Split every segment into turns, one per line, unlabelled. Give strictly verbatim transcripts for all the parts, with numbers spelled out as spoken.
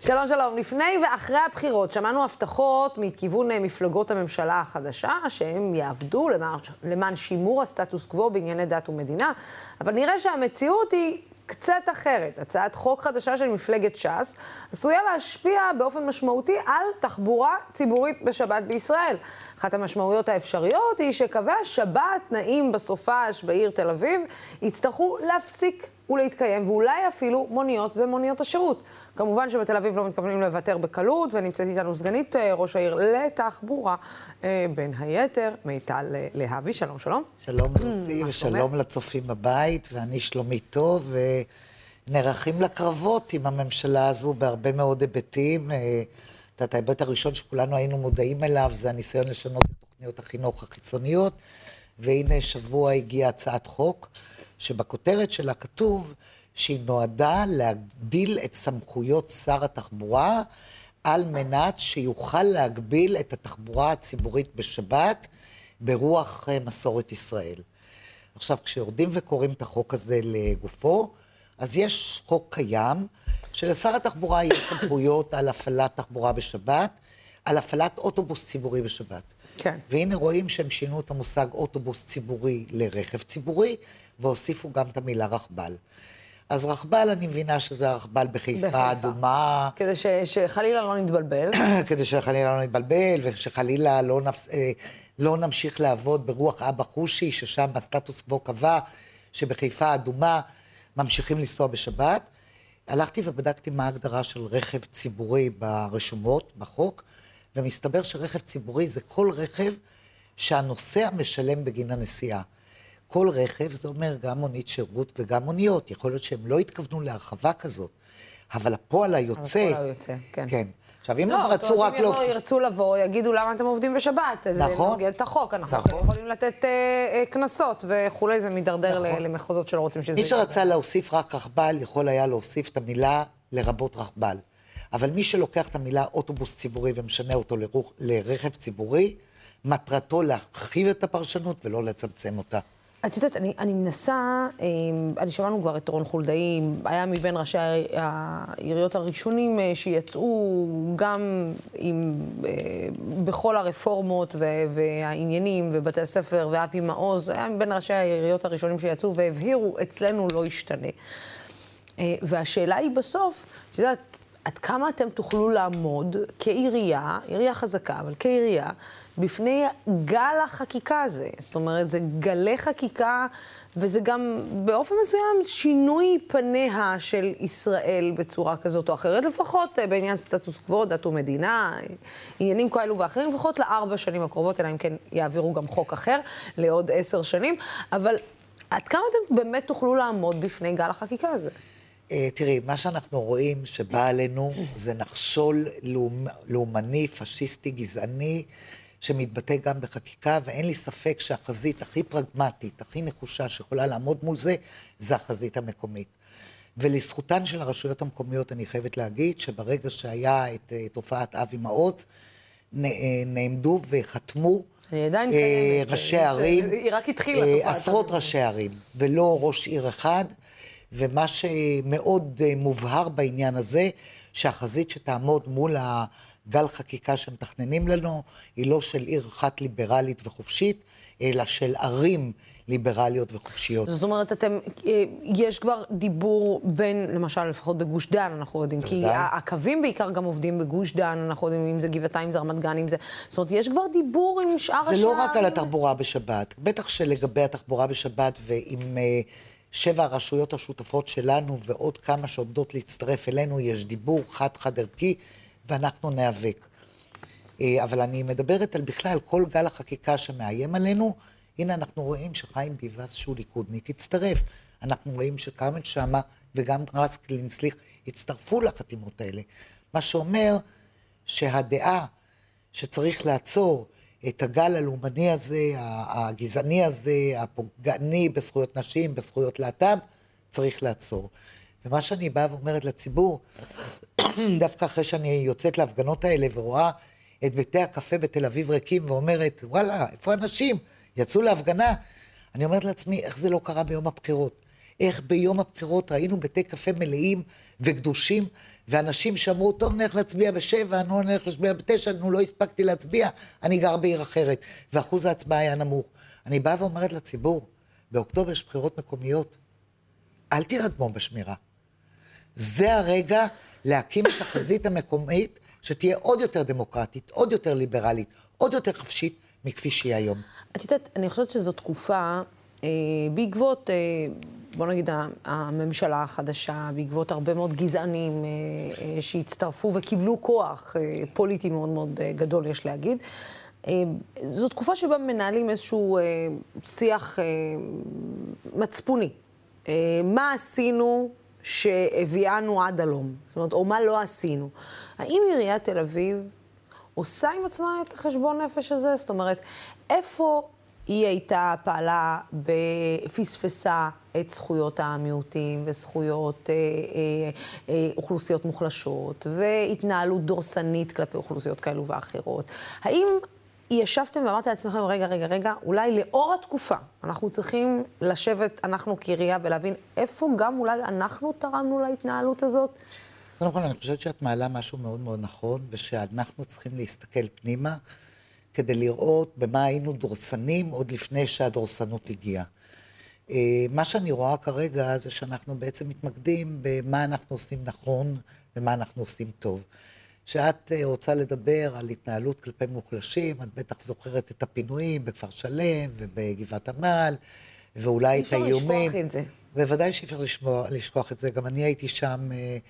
שלום, שלום. לפני ואחרי הבחירות שמענו הבטחות מכיוון מפלגות הממשלה החדשה, שהם יעבדו למען, למען שימור הסטטוס קוו בענייני דת ומדינה, אבל נראה שהמציאות היא קצת אחרת. הצעת חוק חדשה של מפלגת ש"ס עשויה להשפיע באופן משמעותי על תחבורה ציבורית בשבת בישראל. אחת המשמעויות האפשריות היא שקווי השבת נעים בסופש בעיר תל אביב יצטרכו להפסיק ולהתקיים, ואולי אפילו מוניות ומוניות השירות. כמובן שבתל אביב לא מתכוונים לוותר בקלות, ונמצאת איתנו סגנית ראש העיר לתחבורה, בין היתר, מיטל להבי. שלום, שלום.
שלום לוסי, ושלום לצופים בבית, ואני שלומי טוב, ונערכים לקרבות עם הממשלה הזו בהרבה מאוד היבטים. את ההיבט הראשון שכולנו היינו מודעים אליו, זה הניסיון לשנות את תוכניות החינוך החיצוניות, והנה שבוע הגיעה הצעת חוק, שבכותרת שלה כתוב שהיא נועדה להגביל את סמכויות שר התחבורה, על מנת שיוכל להגביל את התחבורה הציבורית בשבת, ברוח מסורת ישראל. עכשיו, כשיורדים וקוראים את החוק הזה לגופו, אז יש חוק קיים, שלשר התחבורה יש סמכויות על הפעלת תחבורה בשבת, על הפעלת אוטובוס ציבורי בשבת.
כן.
והנה רואים שהם שינו את המושג אוטובוס ציבורי לרכב ציבורי, והוסיפו גם את המילה רכבל. אז רכבל, אני מבינה שזה רכבל בחיפה, בחיפה. אדומה.
כדי ש, שחלילה לא נתבלבל.
כדי שחלילה לא נתבלבל, ושחלילה לא, נפס, לא נמשיך לעבוד ברוח אבא חושי, ששם הסטטוס קוו קבע, שבחיפה אדומה ממשיכים לנסוע בשבת. הלכתי ובדקתי מה ההגדרה של רכב ציבורי ברשומות, בחוק, ומסתבר שרכב ציבורי זה כל רכב שהנוסע משלם בגין הנסיעה. כל רכב, זה אומר גם מונית שירות וגם מוניות. יכול להיות שהם לא התכוונו להרחבה כזאת, אבל הפועל היוצא...
הפועל היוצא, כן.
כן. עכשיו, אם
לא,
הם רצו רק לא...
לא, ירצו לבוא, יגידו למה אתם עובדים בשבת.
נכון.
זה נוגד את החוק, אנחנו נכון. יכולים לתת כנסות וכולי, זה מתדרדר נכון. למחוזות שלא רוצים שזה...
מי שרצה להוסיף רק רכבל, יכול היה להוסיף את המילה לרבות רכבל. אבל מי שלוקח את המילה אוטובוס ציבורי ומשנה אותו לרוח, לרכב ציבורי, מטרתו להרחיב את הפרשנות ולא לצמצם אותה.
את יודעת, אני, אני מנסה, אני שמענו כבר את רון חולדאי, היה מבין ראשי העיריות הראשונים שיצאו גם עם, בכל הרפורמות והעניינים ובתי הספר ואבי מעוז, היה מבין ראשי העיריות הראשונים שיצאו והבהירו, אצלנו לא ישתנה. והשאלה היא בסוף, את יודעת, עד כמה אתם תוכלו לעמוד כעירייה, עירייה חזקה, אבל כעירייה, בפני גל החקיקה הזה. זאת אומרת, זה גלי חקיקה, וזה גם באופן מסוים שינוי פניה של ישראל בצורה כזאת או אחרת, לפחות בעניין סטטוס קוו, דת ומדינה, עניינים כאלו ואחרים, לפחות לארבע שנים הקרובות, אלא אם כן יעבירו גם חוק אחר לעוד עשר שנים, אבל עד כמה אתם באמת תוכלו לעמוד בפני גל החקיקה הזה?
תראי, מה שאנחנו רואים שבא עלינו זה נחשול לאומני, פשיסטי, גזעני, שמתבטא גם בחקיקה, ואין לי ספק שהחזית הכי פרגמטית, הכי נחושה שיכולה לעמוד מול זה, זה החזית המקומית. ולזכותן של הרשויות המקומיות אני חייבת להגיד, שברגע שהיה את תופעת אבי מעוז, נעמדו וחתמו ראשי ערים,
היא רק התחילה.
עשרות ראשי ערים, ולא ראש עיר אחד, ומה שמאוד מובהר בעניין הזה, שהחזית שתעמוד מול הגל חקיקה שמתכננים לנו, היא לא של עיר אחת ליברלית וחופשית, אלא של ערים ליברליות וחופשיות. זאת
אומרת, אתם, יש כבר דיבור בין, למשל, לפחות בגוש דן, אנחנו יודעים, כי הקווים בעיקר גם עובדים בגוש דן, אנחנו יודעים אם זה גבעתיים, אם זה רמת גן, אם זה... זאת אומרת, יש כבר דיבור עם שאר השאר...
זה לא רק על התחבורה בשבת, בטח שלגבי התחבורה בשבת ועם... שבע הרשויות השותפות שלנו ועוד כמה שעומדות להצטרף אלינו, יש דיבור חד-חד ערכי, ואנחנו ניאבק. אבל אני מדברת על בכלל, כל גל החקיקה שמאיים עלינו, הנה אנחנו רואים שחיים ביבס שהוא ליכודניק הצטרף. אנחנו רואים שכרמל שאמה וגם רז קלינסליך הצטרפו לחתימות האלה. מה שאומר שהדעה שצריך לעצור את הגל הלאומני הזה, הגזעני הזה, הפוגעני בזכויות נשים, בזכויות להט"ב, צריך לעצור. ומה שאני באה ואומרת לציבור, דווקא אחרי שאני יוצאת להפגנות האלה ורואה את ביתי הקפה בתל אביב ריקים ואומרת, וואלה, איפה אנשים? יצאו להפגנה. אני אומרת לעצמי, איך זה לא קרה ביום הבחירות? איך ביום הבחירות ראינו בתי קפה מלאים וגדושים, ואנשים שאמרו, טוב, נלך להצביע בשבע, נו, נלך להצביע בתשע, נו, לא הספקתי להצביע, אני גר בעיר אחרת, ואחוז ההצבעה היה נמוך. אני באה ואומרת לציבור, באוקטובר יש בחירות מקומיות, אל תירדמו בשמירה. זה הרגע להקים את החזית המקומית, שתהיה עוד יותר דמוקרטית, עוד יותר ליברלית, עוד יותר חפשית, מכפי שהיא היום.
את יודעת, אני חושבת שזו תקופה, אה, בעקבות, אה, בוא נגיד, הממשלה החדשה, בעקבות הרבה מאוד גזענים אה, אה, שהצטרפו וקיבלו כוח אה, פוליטי מאוד מאוד אה, גדול, יש להגיד. אה, זו תקופה שבה מנהלים איזשהו אה, שיח אה, מצפוני. אה, מה עשינו שהביאנו עד הלום? זאת אומרת, או מה לא עשינו? האם עיריית תל אביב עושה עם עצמה את החשבון נפש הזה? זאת אומרת, איפה היא הייתה פעלה בפספסה את זכויות המיעוטים וזכויות אה, אה, אה, אוכלוסיות מוחלשות והתנהלות דורסנית כלפי אוכלוסיות כאלו ואחרות? האם ישבתם ואמרתם לעצמכם, רגע, רגע, רגע, אולי לאור התקופה אנחנו צריכים לשבת, אנחנו כעירייה, ולהבין איפה גם אולי אנחנו תרמנו להתנהלות הזאת?
קודם כל, אני חושבת שאת מעלה משהו מאוד מאוד נכון, ושאנחנו צריכים להסתכל פנימה, כדי לראות במה היינו דורסנים עוד לפני שהדורסנות הגיעה. מה שאני רואה כרגע זה שאנחנו בעצם מתמקדים במה אנחנו עושים נכון ומה אנחנו עושים טוב. שאת רוצה לדבר על התנהלות כלפי מוחלשים, את בטח זוכרת את הפינויים בכפר שלם ובגבעת עמל, ואולי את האיומים.
אי אפשר לשכוח את זה.
בוודאי שאי אפשר לשכוח את זה. גם אני הייתי שם,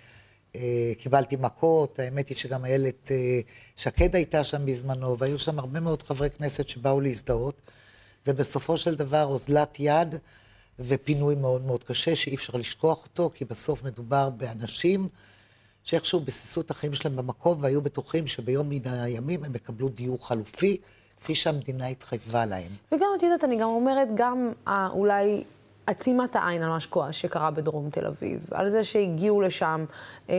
קיבלתי מכות, האמת היא שגם איילת שקד הייתה שם בזמנו, והיו שם הרבה מאוד חברי כנסת שבאו להזדהות, ובסופו של דבר אוזלת יד ופינוי מאוד מאוד קשה, שאי אפשר לשכוח אותו, כי בסוף מדובר באנשים שאיכשהו בסיסו את החיים שלהם במקום, והיו בטוחים שביום מן הימים הם יקבלו דיור חלופי, כפי שהמדינה התחייבה להם.
וגם, את יודעת, אני גם אומרת, גם אה, אולי עצימת העין על מה שקרה בדרום תל אביב, על זה שהגיעו לשם אה, אה,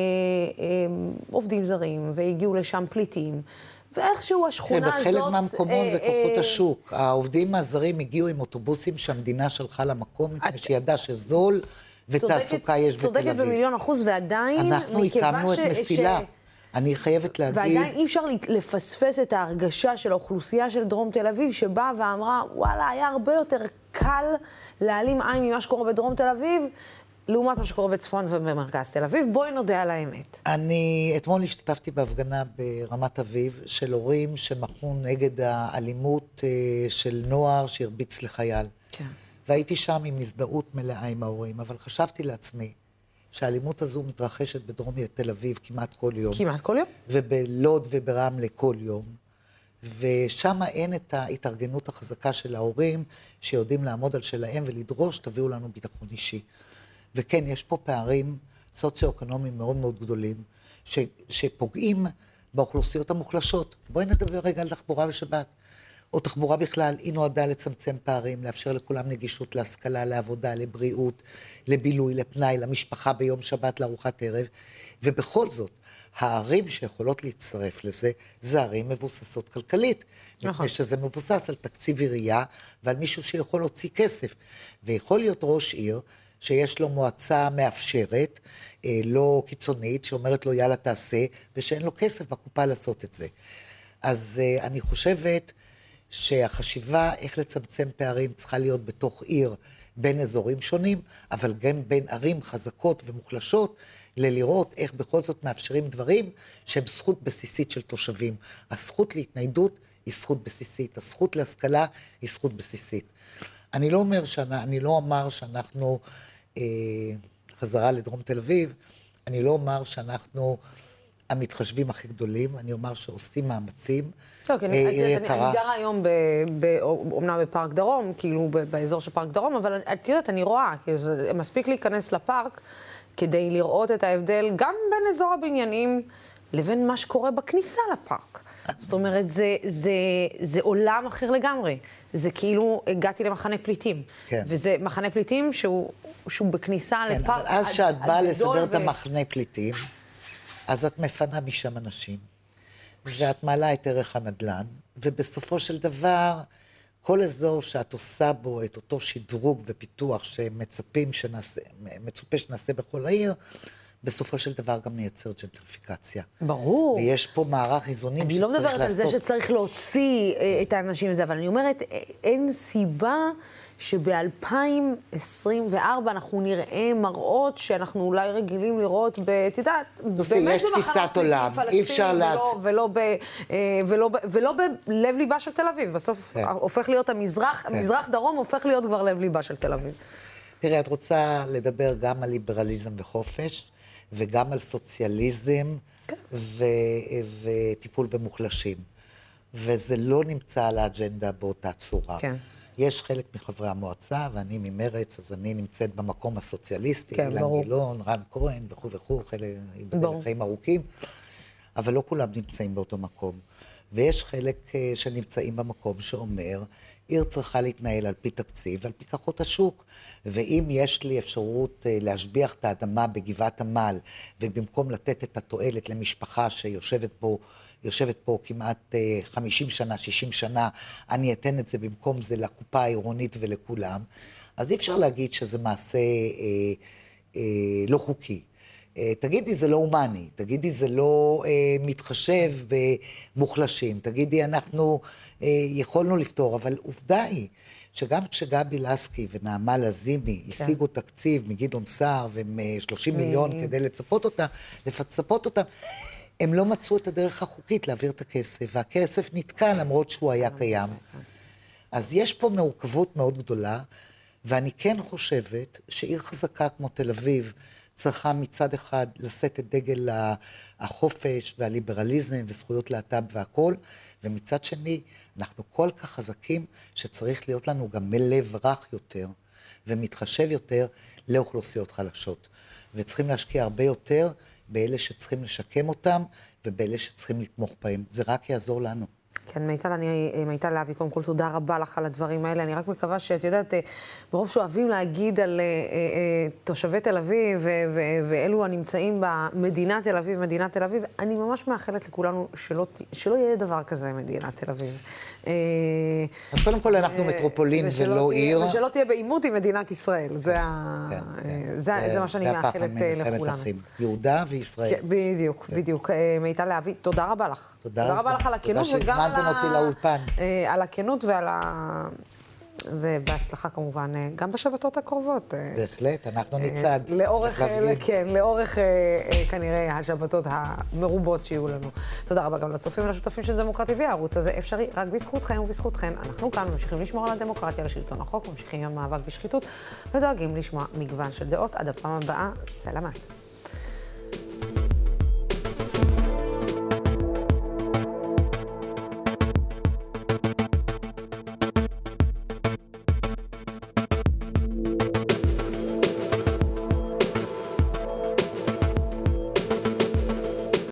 עובדים זרים, והגיעו לשם פליטים, ואיכשהו השכונה
בחלק
הזאת...
בחלק מהמקומות זה כוחות השוק. העובדים הזרים הגיעו עם אוטובוסים שהמדינה שלחה למקום, מפני שידע שזול, ותעסוקה יש בתל אביב.
צודקת במיליון אחוז, ועדיין...
אנחנו הקמנו את מסילה. אני חייבת להגיד...
ועדיין אי אפשר לפספס את ההרגשה של האוכלוסייה של דרום תל אביב, שבאה ואמרה, וואלה, היה הרבה יותר קל להעלים עין ממה שקורה בדרום תל אביב, לעומת מה שקורה בצפון ובמרכז תל אביב. בואי נודה על האמת.
אני אתמול השתתפתי בהפגנה ברמת אביב, של הורים שמחו נגד האלימות של נוער שהרביץ לחייל.
כן.
והייתי שם עם הזדהות מלאה עם ההורים, אבל חשבתי לעצמי שהאלימות הזו מתרחשת בדרום תל אביב כמעט כל יום.
כמעט כל יום?
ובלוד וברמלה כל יום. ושם אין את ההתארגנות החזקה של ההורים, שיודעים לעמוד על שלהם ולדרוש, תביאו לנו ביטחון אישי. וכן, יש פה פערים סוציו-אקונומיים מאוד מאוד גדולים, ש, שפוגעים באוכלוסיות המוחלשות. בואי נדבר רגע על תחבורה בשבת. או תחבורה בכלל, היא נועדה לצמצם פערים, לאפשר לכולם נגישות להשכלה, לעבודה, לבריאות, לבילוי, לפנאי, למשפחה ביום שבת, לארוחת ערב. ובכל זאת, הערים שיכולות להצטרף לזה, זה ערים מבוססות כלכלית. נכון. מפני שזה מבוסס על תקציב עירייה, ועל מישהו שיכול להוציא כסף. ויכול להיות ראש עיר, שיש לו מועצה מאפשרת, לא קיצונית, שאומרת לו יאללה תעשה, ושאין לו כסף בקופה לעשות את זה. אז אני חושבת שהחשיבה איך לצמצם פערים צריכה להיות בתוך עיר בין אזורים שונים, אבל גם בין ערים חזקות ומוחלשות, ללראות איך בכל זאת מאפשרים דברים שהם זכות בסיסית של תושבים. הזכות להתניידות היא זכות בסיסית, הזכות להשכלה היא זכות בסיסית. אני לא אומר, שאני, אני לא אומר שאנחנו, אה, חזרה לדרום תל אביב, אני לא אומר שאנחנו המתחשבים הכי גדולים, אני אומר שעושים מאמצים.
טוב, כי אני גרה היום, אומנם בפארק דרום, כאילו באזור של פארק דרום, אבל את יודעת, אני רואה, מספיק להיכנס לפארק, כדי לראות את ההבדל גם בין אזור הבניינים, לבין מה שקורה בכניסה לפארק. זאת אומרת, זה, זה, זה עולם אחר לגמרי. זה כאילו הגעתי למחנה פליטים. כן. וזה מחנה פליטים שהוא, שהוא בכניסה כן, לפארק.
אבל אז שאת באה לסדר ו... את המחנה פליטים, אז את מפנה משם אנשים, ואת מעלה את ערך הנדל"ן, ובסופו של דבר, כל אזור שאת עושה בו את אותו שדרוג ופיתוח שמצפים שנעשה, מצופה שנעשה בכל העיר, בסופו של דבר גם נייצר ג'נטריפיקציה.
ברור.
ויש פה מערך איזונים שצריך לעשות.
אני לא מדברת על זה שצריך להוציא את האנשים הזה, אבל אני אומרת, אין סיבה שב-אלפיים עשרים וארבע אנחנו נראה מראות שאנחנו אולי רגילים לראות, את יודעת,
באמת תפיסת עולם, אי אפשר לה...
ולא, ולא, ולא בלב ליבה של תל אביב. בסוף כן. הופך להיות המזרח, כן. המזרח דרום הופך להיות כבר לב ליבה של תל אביב.
תראה, את רוצה לדבר גם על ליברליזם וחופש, וגם על סוציאליזם כן. ו... וטיפול במוחלשים. וזה לא נמצא על האג'נדה באותה צורה. כן. יש חלק מחברי המועצה, ואני ממרץ, אז אני נמצאת במקום הסוציאליסטי,
כן,
אילן גילון, רן כהן וכו' וכו', חלק בדרך חיים ארוכים, אבל לא כולם נמצאים באותו מקום. ויש חלק שנמצאים במקום שאומר, עיר צריכה להתנהל על פי תקציב ועל פי כוחות השוק, ואם יש לי אפשרות להשביח את האדמה בגבעת עמל, ובמקום לתת את התועלת למשפחה שיושבת פה, יושבת פה כמעט חמישים שנה, שישים שנה, אני אתן את זה במקום זה לקופה העירונית ולכולם, אז אי אפשר להגיד שזה מעשה אה, אה, לא חוקי. תגידי, זה לא הומני, תגידי, זה לא אה, מתחשב במוחלשים, תגידי, אנחנו אה, יכולנו לפתור, אבל עובדה היא שגם כשגבי לסקי ונעמה לזימי כן. השיגו תקציב מגדעון סער ו-שלושים מיליון כדי לצפות אותה, לפצפות אותם, הם לא מצאו את הדרך החוקית להעביר את הכסף, והכסף נתקע למרות שהוא היה קיים. אז יש פה מורכבות מאוד גדולה, ואני כן חושבת שעיר חזקה כמו תל אביב, צריכה מצד אחד לשאת את דגל החופש והליברליזם וזכויות להט"ב והכל, ומצד שני אנחנו כל כך חזקים שצריך להיות לנו גם מלב רך יותר ומתחשב יותר לאוכלוסיות חלשות. וצריכים להשקיע הרבה יותר באלה שצריכים לשקם אותם ובאלה שצריכים לתמוך בהם. זה רק יעזור לנו.
כן, מיטל, אני, מיטל להבי, קודם כל תודה רבה לך על הדברים האלה. אני רק מקווה שאת יודעת, ברוב שאוהבים להגיד על אה, אה, תושבי תל אביב ו- ו- ואלו הנמצאים במדינת תל אביב, מדינת תל אביב, אני ממש מאחלת לכולנו שלא, שלא יהיה דבר כזה מדינת תל אביב.
אה, אז קודם כל אנחנו אה, מטרופולין ולא תהיה, עיר.
ושלא תהיה בעימות עם מדינת ישראל. כן, זה, ה, כן, אה, כן. זה, זה, זה מה שאני מאחלת לכולנו.
יהודה וישראל.
כן, בדיוק, כן. בדיוק. אה, מיטל להבי, תודה רבה לך.
תודה,
תודה רבה לך על הכנות וגם
אותי לאולפן.
על הכנות ועל ה... ובהצלחה כמובן, גם בשבתות הקרובות.
בהחלט, אנחנו נצעד.
לאורך, כן, לאורך כנראה השבתות המרובות שיהיו לנו. תודה רבה גם לצופים ולשותפים של דמוקרטי וי, הערוץ הזה אפשרי רק בזכותכם ובזכותכן. אנחנו כאן ממשיכים לשמור על הדמוקרטיה, לשלטון החוק, ממשיכים עם המאבק בשחיתות, ודואגים לשמוע מגוון של דעות. עד הפעם הבאה, סלמת.